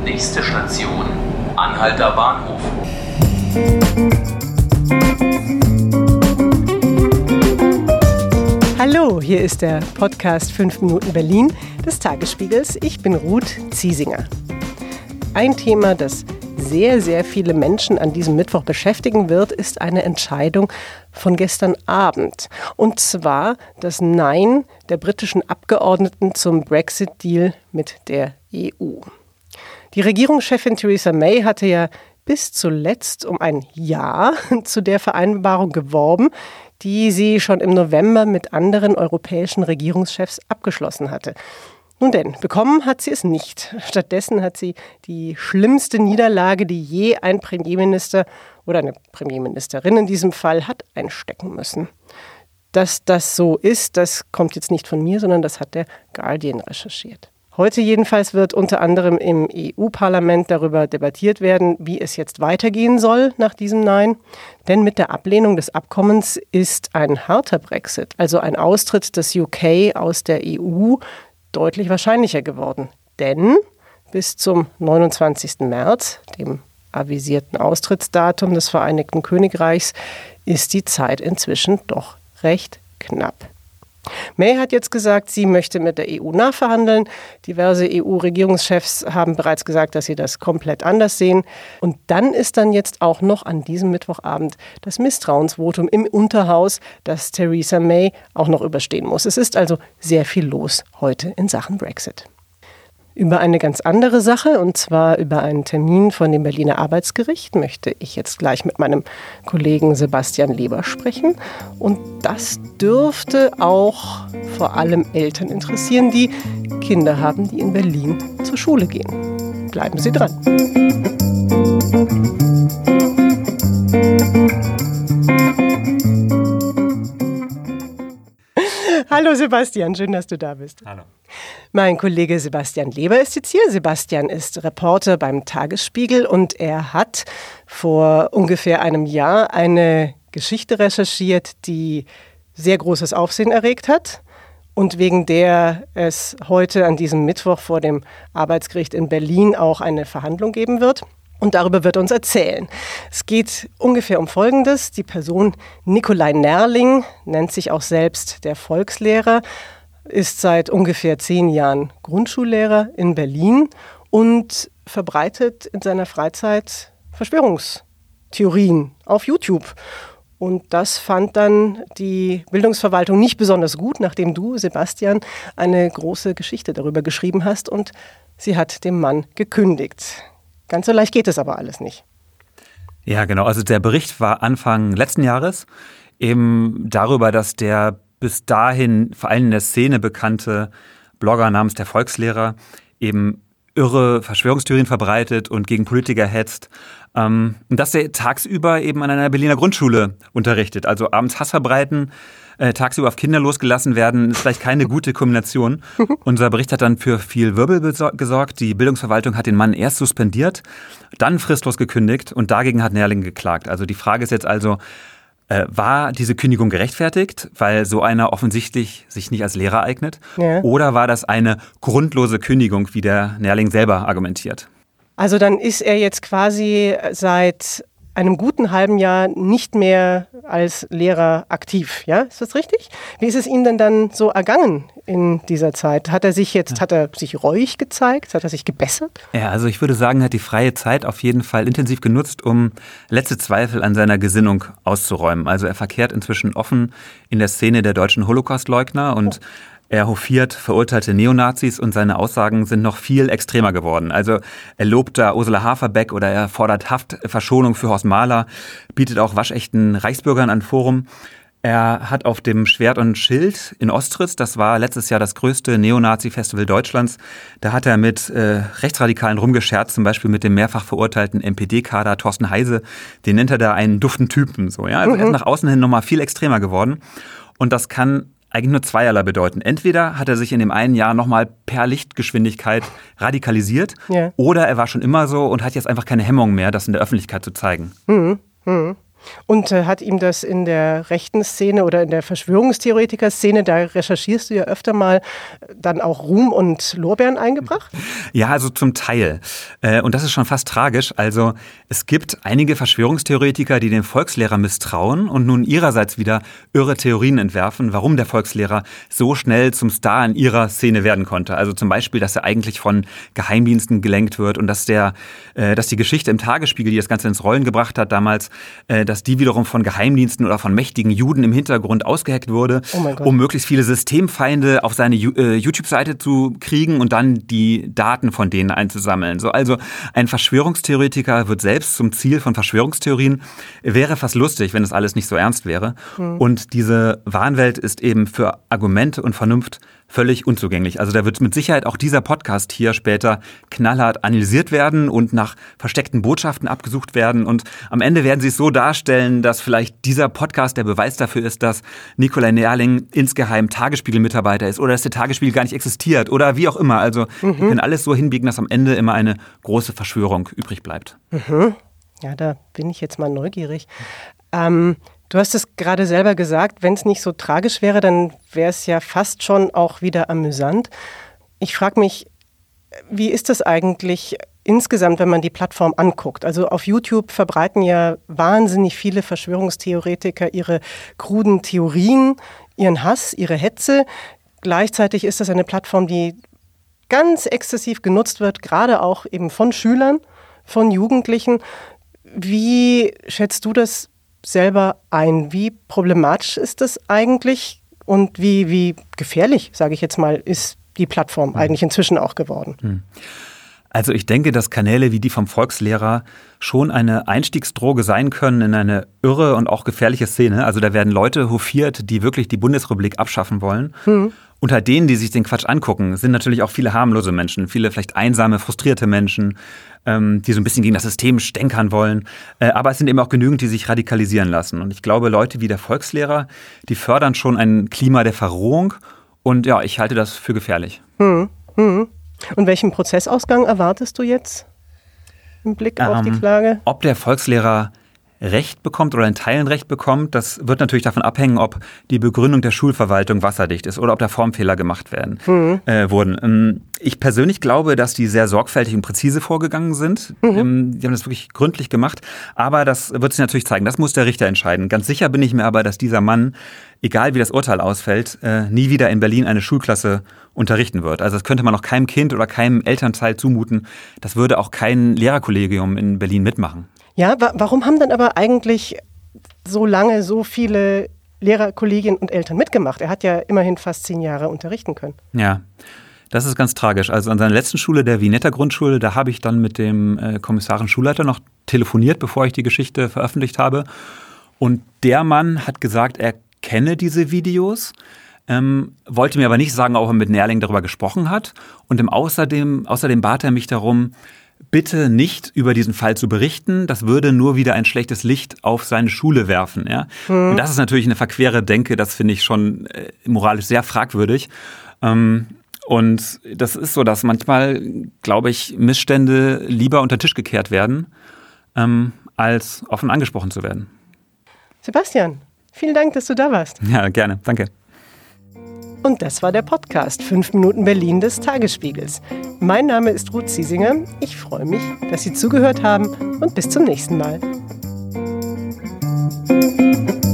Nächste Station, Anhalter Bahnhof. Hallo, hier ist der Podcast 5 Minuten Berlin des Tagesspiegels. Ich bin Ruth Ziesinger. Ein Thema, das sehr, sehr viele Menschen an diesem Mittwoch beschäftigen wird, ist eine Entscheidung von gestern Abend. Und zwar das Nein der britischen Abgeordneten zum Brexit-Deal mit der EU. Die Regierungschefin Theresa May hatte ja bis zuletzt um ein Ja zu der Vereinbarung geworben, die sie schon im November mit anderen europäischen Regierungschefs abgeschlossen hatte. Nun denn, bekommen hat sie es nicht. Stattdessen hat sie die schlimmste Niederlage, die je ein Premierminister oder eine Premierministerin in diesem Fall hat einstecken müssen. Dass das so ist, das kommt jetzt nicht von mir, sondern das hat der Guardian recherchiert. Heute jedenfalls wird unter anderem im EU-Parlament darüber debattiert werden, wie es jetzt weitergehen soll nach diesem Nein. Denn mit der Ablehnung des Abkommens ist ein harter Brexit, also ein Austritt des UK aus der EU, deutlich wahrscheinlicher geworden. Denn bis zum 29. März, dem avisierten Austrittsdatum des Vereinigten Königreichs, ist die Zeit inzwischen doch recht knapp. May hat jetzt gesagt, sie möchte mit der EU nachverhandeln. Diverse EU-Regierungschefs haben bereits gesagt, dass sie das komplett anders sehen. Und dann ist dann jetzt auch noch an diesem Mittwochabend das Misstrauensvotum im Unterhaus, das Theresa May auch noch überstehen muss. Es ist also sehr viel los heute in Sachen Brexit. Über eine ganz andere Sache, und zwar über einen Termin von dem Berliner Arbeitsgericht, möchte ich jetzt gleich mit meinem Kollegen Sebastian Leber sprechen. Und das dürfte auch vor allem Eltern interessieren, die Kinder haben, die in Berlin zur Schule gehen. Bleiben Sie dran. Hallo Sebastian, schön, dass du da bist. Hallo. Mein Kollege Sebastian Leber ist jetzt hier. Sebastian ist Reporter beim Tagesspiegel und er hat vor ungefähr einem Jahr eine Geschichte recherchiert, die sehr großes Aufsehen erregt hat und wegen der es heute an diesem Mittwoch vor dem Arbeitsgericht in Berlin auch eine Verhandlung geben wird. Und darüber wird er uns erzählen. Es geht ungefähr um Folgendes. Die Person Nikolai Nerling nennt sich auch selbst der Volkslehrer, ist seit ungefähr 10 Jahren Grundschullehrer in Berlin und verbreitet in seiner Freizeit Verschwörungstheorien auf YouTube. Und das fand dann die Bildungsverwaltung nicht besonders gut, nachdem du, Sebastian, eine große Geschichte darüber geschrieben hast und sie hat dem Mann gekündigt. Ganz so leicht geht es aber alles nicht. Ja, genau. Also der Bericht war Anfang letzten Jahres eben darüber, dass der bis dahin vor allem in der Szene bekannte Blogger namens der Volkslehrer eben irre Verschwörungstheorien verbreitet und gegen Politiker hetzt. Und dass er tagsüber eben an einer Berliner Grundschule unterrichtet. Also abends Hass verbreiten, tagsüber auf Kinder losgelassen werden, ist vielleicht keine gute Kombination. Unser Bericht hat dann für viel Wirbel gesorgt. Die Bildungsverwaltung hat den Mann erst suspendiert, dann fristlos gekündigt und dagegen hat Nerling geklagt. Also die Frage ist jetzt also, war diese Kündigung gerechtfertigt, weil so einer offensichtlich sich nicht als Lehrer eignet? Ja. Oder war das eine grundlose Kündigung, wie der Nerling selber argumentiert? Also dann ist er jetzt quasi seit einem guten halben Jahr nicht mehr als Lehrer aktiv, ja? Ist das richtig? Wie ist es ihm denn dann so ergangen in dieser Zeit? Hat er sich reuig gezeigt? Hat er sich gebessert? Ja, also ich würde sagen, er hat die freie Zeit auf jeden Fall intensiv genutzt, um letzte Zweifel an seiner Gesinnung auszuräumen. Also er verkehrt inzwischen offen in der Szene der deutschen Holocaustleugner und er hofiert verurteilte Neonazis und seine Aussagen sind noch viel extremer geworden. Also er lobt da Ursula Haferbeck oder er fordert Haftverschonung für Horst Mahler, bietet auch waschechten Reichsbürgern ein Forum. Er hat auf dem Schwert und Schild in Ostritz, das war letztes Jahr das größte Neonazi-Festival Deutschlands, da hat er mit Rechtsradikalen rumgescherzt, zum Beispiel mit dem mehrfach verurteilten NPD-Kader Thorsten Heise, den nennt er da einen duften Typen. So, ja? Also er ist nach außen hin nochmal viel extremer geworden und das kann eigentlich nur zweierlei bedeuten. Entweder hat er sich in dem einen Jahr nochmal per Lichtgeschwindigkeit radikalisiert oder er war schon immer so und hat jetzt einfach keine Hemmung mehr, das in der Öffentlichkeit zu zeigen. Und hat ihm das in der rechten Szene oder in der Verschwörungstheoretiker-Szene, da recherchierst du ja öfter mal, dann auch Ruhm und Lorbeeren eingebracht? Ja, also zum Teil. Und das ist schon fast tragisch. Also es gibt einige Verschwörungstheoretiker, die dem Volkslehrer misstrauen und nun ihrerseits wieder irre Theorien entwerfen, warum der Volkslehrer so schnell zum Star in ihrer Szene werden konnte. Also zum Beispiel, dass er eigentlich von Geheimdiensten gelenkt wird und dass die Geschichte im Tagesspiegel, die das Ganze ins Rollen gebracht hat damals, dass die wiederum von Geheimdiensten oder von mächtigen Juden im Hintergrund ausgehackt wurde, um möglichst viele Systemfeinde auf seine YouTube-Seite zu kriegen und dann die Daten von denen einzusammeln. So, also ein Verschwörungstheoretiker wird selbst zum Ziel von Verschwörungstheorien. Wäre fast lustig, wenn das alles nicht so ernst wäre. Und diese Wahnwelt ist eben für Argumente und Vernunft völlig unzugänglich. Also da wird mit Sicherheit auch dieser Podcast hier später knallhart analysiert werden und nach versteckten Botschaften abgesucht werden. Und am Ende werden sie es so darstellen, dass vielleicht dieser Podcast der Beweis dafür ist, dass Nikolai Nerling insgeheim Tagesspiegel-Mitarbeiter ist oder dass der Tagesspiegel gar nicht existiert oder wie auch immer. Also wir können alles so hinbiegen, dass am Ende immer eine große Verschwörung übrig bleibt. Ja, da bin ich jetzt mal neugierig. Du hast es gerade selber gesagt, wenn es nicht so tragisch wäre, dann wäre es ja fast schon auch wieder amüsant. Ich frage mich, wie ist das eigentlich insgesamt, wenn man die Plattform anguckt? Also auf YouTube verbreiten ja wahnsinnig viele Verschwörungstheoretiker ihre kruden Theorien, ihren Hass, ihre Hetze. Gleichzeitig ist das eine Plattform, die ganz exzessiv genutzt wird, gerade auch eben von Schülern, von Jugendlichen. Wie schätzt du das selber ein? Wie problematisch ist das eigentlich und wie gefährlich, sage ich jetzt mal, ist die Plattform eigentlich inzwischen auch geworden? Also ich denke, dass Kanäle wie die vom Volkslehrer schon eine Einstiegsdroge sein können in eine irre und auch gefährliche Szene. Also da werden Leute hofiert, die wirklich die Bundesrepublik abschaffen wollen. Unter denen, die sich den Quatsch angucken, sind natürlich auch viele harmlose Menschen, viele vielleicht einsame, frustrierte Menschen, die so ein bisschen gegen das System stänkern wollen. Aber es sind eben auch genügend, die sich radikalisieren lassen. Und ich glaube, Leute wie der Volkslehrer, die fördern schon ein Klima der Verrohung. Und ja, ich halte das für gefährlich. Und welchen Prozessausgang erwartest du jetzt im Blick auf die Klage? Ob der Volkslehrer Recht bekommt oder in Teilen Recht bekommt, das wird natürlich davon abhängen, ob die Begründung der Schulverwaltung wasserdicht ist oder ob da Formfehler gemacht wurden. Ich persönlich glaube, dass die sehr sorgfältig und präzise vorgegangen sind. Die haben das wirklich gründlich gemacht. Aber das wird sich natürlich zeigen. Das muss der Richter entscheiden. Ganz sicher bin ich mir aber, dass dieser Mann, egal wie das Urteil ausfällt, nie wieder in Berlin eine Schulklasse unterrichten wird. Also das könnte man auch keinem Kind oder keinem Elternteil zumuten. Das würde auch kein Lehrerkollegium in Berlin mitmachen. Ja, warum haben dann aber eigentlich so lange so viele Lehrerkolleginnen und Eltern mitgemacht? Er hat ja immerhin fast 10 Jahre unterrichten können. Ja, das ist ganz tragisch. Also an seiner letzten Schule, der Vinetter Grundschule, da habe ich dann mit dem Kommissarin Schulleiter noch telefoniert, bevor ich die Geschichte veröffentlicht habe. Und der Mann hat gesagt, er kenne diese Videos, wollte mir aber nicht sagen, ob er mit Nerling darüber gesprochen hat. Und außerdem bat er mich darum, bitte nicht über diesen Fall zu berichten, das würde nur wieder ein schlechtes Licht auf seine Schule werfen. Ja? Und das ist natürlich eine verquere Denke, das finde ich schon moralisch sehr fragwürdig. Und das ist so, dass manchmal, glaube ich, Missstände lieber unter den Tisch gekehrt werden, als offen angesprochen zu werden. Sebastian, vielen Dank, dass du da warst. Ja, gerne. Danke. Und das war der Podcast 5 Minuten Berlin des Tagesspiegels. Mein Name ist Ruth Ziesinger. Ich freue mich, dass Sie zugehört haben und bis zum nächsten Mal.